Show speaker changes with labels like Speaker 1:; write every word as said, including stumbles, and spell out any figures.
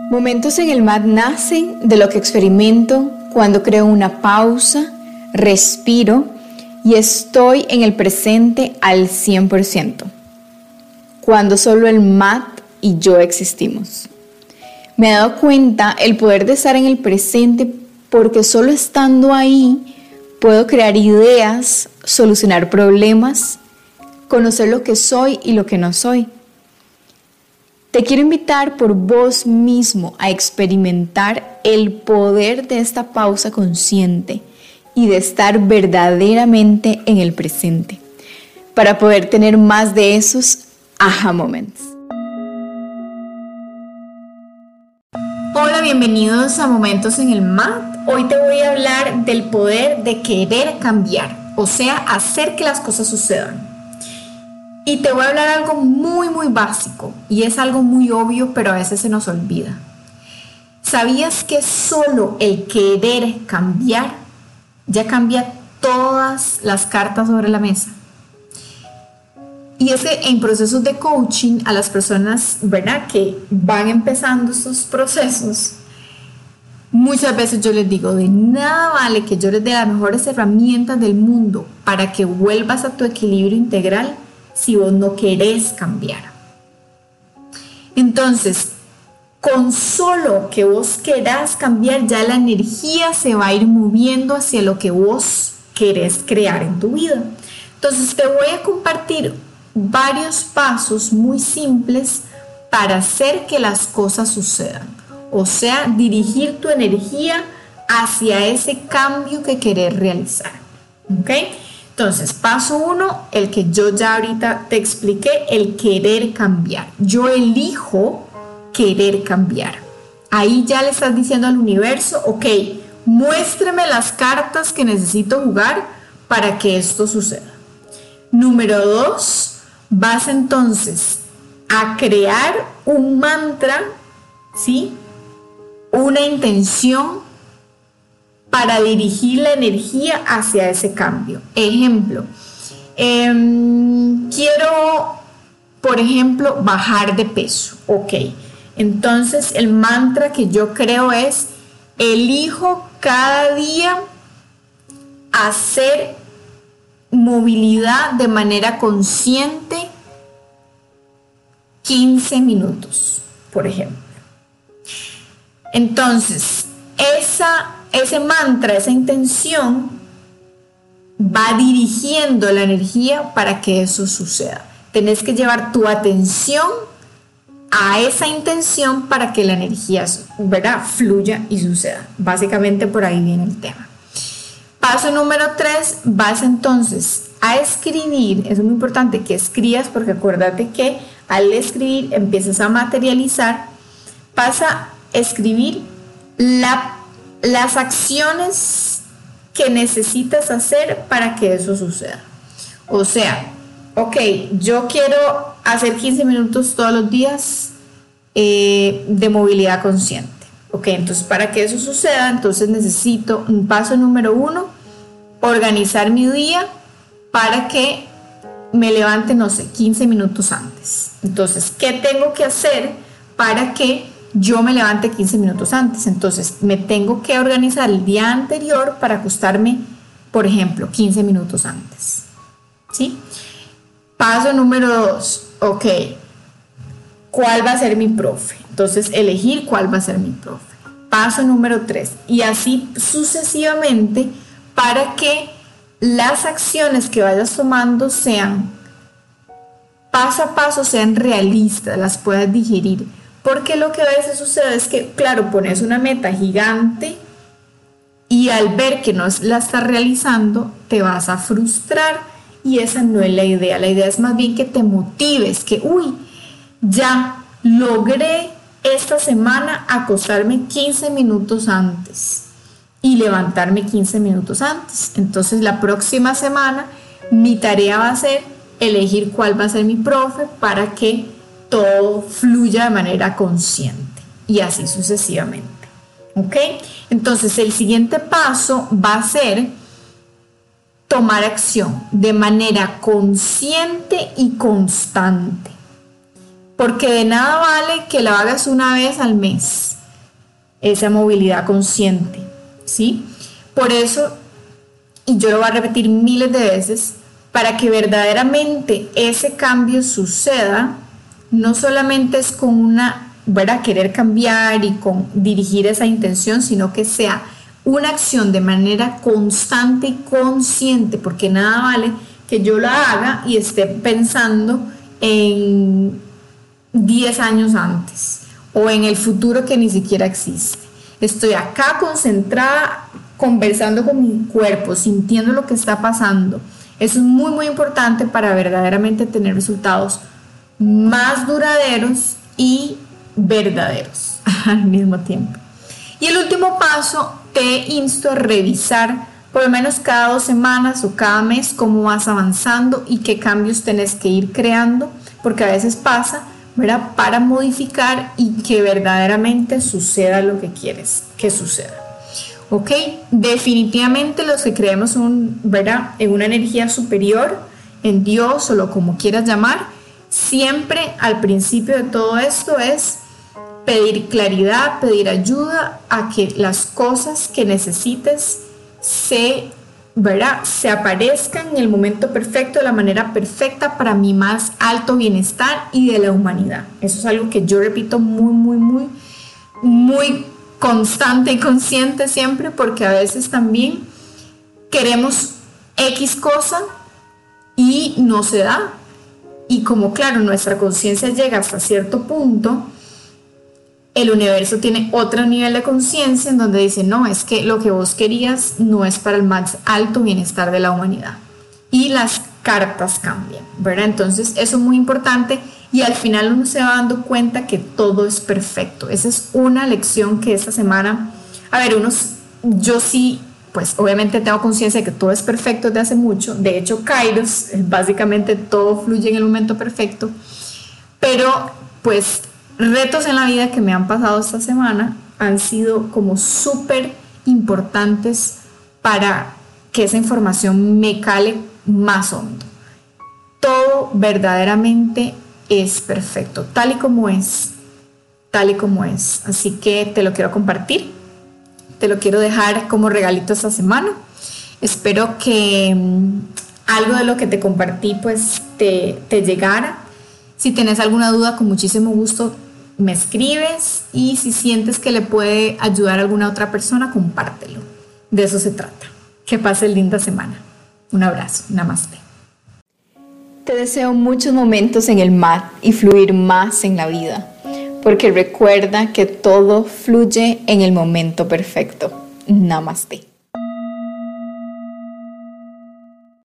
Speaker 1: Momentos en el M A D nacen de lo que experimento cuando creo una pausa, respiro y estoy en el presente al cien por ciento. Cuando solo el M A D y yo existimos. Me he dado cuenta el poder de estar en el presente porque solo estando ahí puedo crear ideas, solucionar problemas, conocer lo que soy y lo que no soy. Te quiero invitar por vos mismo a experimentar el poder de esta pausa consciente y de estar verdaderamente en el presente para poder tener más de esos aha moments. Hola, bienvenidos a Momentos en el M A D. Hoy te voy a hablar del poder de querer cambiar, o sea, hacer que las cosas sucedan. Y te voy a hablar algo muy muy básico y es algo muy obvio, pero a veces se nos olvida. ¿Sabías que solo el querer cambiar ya cambia todas las cartas sobre la mesa? Y es que en procesos de coaching a las personas, ¿verdad?, que van empezando estos procesos, muchas veces yo les digo, de nada vale que yo les dé las mejores herramientas del mundo para que vuelvas a tu equilibrio integral si vos no querés cambiar. Entonces, con solo que vos querás cambiar, ya la energía se va a ir moviendo hacia lo que vos querés crear en tu vida. Entonces, te voy a compartir varios pasos muy simples para hacer que las cosas sucedan. O sea, dirigir tu energía hacia ese cambio que querés realizar. ¿Ok? Entonces, paso uno, el que yo ya ahorita te expliqué, el querer cambiar. Yo elijo querer cambiar. Ahí ya le estás diciendo al universo, ok, muéstrame las cartas que necesito jugar para que esto suceda. Número dos, vas entonces a crear un mantra, ¿sí? Una intención para dirigir la energía hacia ese cambio. Ejemplo, eh, quiero, por ejemplo, bajar de peso. Ok, entonces el mantra que yo creo es, elijo cada día hacer movilidad de manera consciente quince minutos, por ejemplo. Entonces, esa, ese mantra, esa intención va dirigiendo la energía para que eso suceda. Tenés que llevar tu atención a esa intención para que la energía, ¿verdad?, fluya y suceda. Básicamente por ahí viene el tema. Paso número tres, vas entonces a escribir. Es muy importante que escribas porque acuérdate que al escribir empiezas a materializar. Vas a escribir la, las acciones que necesitas hacer para que eso suceda. O sea, ok, yo quiero hacer quince minutos todos los días eh, de movilidad consciente. Ok, entonces para que eso suceda, entonces necesito un paso número uno, organizar mi día para que me levante, no sé, quince minutos antes. Entonces, ¿qué tengo que hacer para que yo me levante quince minutos antes? Entonces, me tengo que organizar el día anterior para acostarme, por ejemplo, quince minutos antes. ¿Sí? Paso número dos, ok, ¿cuál va a ser mi profe? Entonces, elegir cuál va a ser mi profe. Paso número tres, y así sucesivamente para que las acciones que vayas tomando sean paso a paso, sean realistas, las puedas digerir. Porque lo que a veces sucede es que, claro, pones una meta gigante y al ver que no la estás realizando, te vas a frustrar y esa no es la idea. La idea es más bien que te motives, que, uy, ya logré esta semana acostarme quince minutos antes y levantarme quince minutos antes. Entonces la próxima semana mi tarea va a ser elegir cuál va a ser mi profe para que todo fluya de manera consciente y así sucesivamente. ¿Ok? Entonces el siguiente paso va a ser tomar acción de manera consciente y constante. Porque de nada vale que lo hagas una vez al mes esa movilidad consciente, ¿sí? Por eso, y yo lo voy a repetir miles de veces, para que verdaderamente ese cambio suceda, no solamente es con una, ¿verdad?, querer cambiar y con dirigir esa intención, sino que sea una acción de manera constante y consciente, porque nada vale que yo la haga y esté pensando en diez años antes o en el futuro que ni siquiera existe. Estoy acá concentrada, conversando con mi cuerpo, sintiendo lo que está pasando. Eso es muy muy importante para verdaderamente tener resultados más duraderos y verdaderos al mismo tiempo. Y el último paso, te insto a revisar por lo menos cada dos semanas o cada mes cómo vas avanzando y qué cambios tenés que ir creando, porque a veces pasa, ¿verdad?, para modificar y que verdaderamente suceda lo que quieres que suceda. ¿Ok? Definitivamente los que creemos un, ¿verdad?, en una energía superior, en Dios o lo como quieras llamar, siempre al principio de todo esto es pedir claridad, pedir ayuda a que las cosas que necesites se, ¿verdad?, se aparezcan en el momento perfecto, de la manera perfecta para mi más alto bienestar y de la humanidad. Eso es algo que yo repito muy, muy, muy, muy constante y consciente siempre, porque a veces también queremos X cosa y no se da. Y como claro, nuestra conciencia llega hasta cierto punto, el universo tiene otro nivel de conciencia en donde dice, no, es que lo que vos querías no es para el más alto bienestar de la humanidad. Y las cartas cambian, ¿verdad? Entonces eso es muy importante y al final uno se va dando cuenta que todo es perfecto. Esa es una lección que esta semana, a ver, unos, yo sí, pues obviamente tengo conciencia de que todo es perfecto desde hace mucho. De hecho, Kairos, básicamente todo fluye en el momento perfecto. Pero pues retos en la vida que me han pasado esta semana han sido como súper importantes para que esa información me cale más hondo. Todo verdaderamente es perfecto, tal y como es, tal y como es. Así que te lo quiero compartir, te lo quiero dejar como regalito esta semana. Espero que um, algo de lo que te compartí pues te, te llegara. Si tienes alguna duda, con muchísimo gusto me escribes, y si sientes que le puede ayudar a alguna otra persona, compártelo. De eso se trata. Que pases linda semana. Un abrazo. Namaste. Te deseo muchos momentos en el mar y fluir más en la vida, porque recuerda que todo fluye en el momento perfecto. Namaste.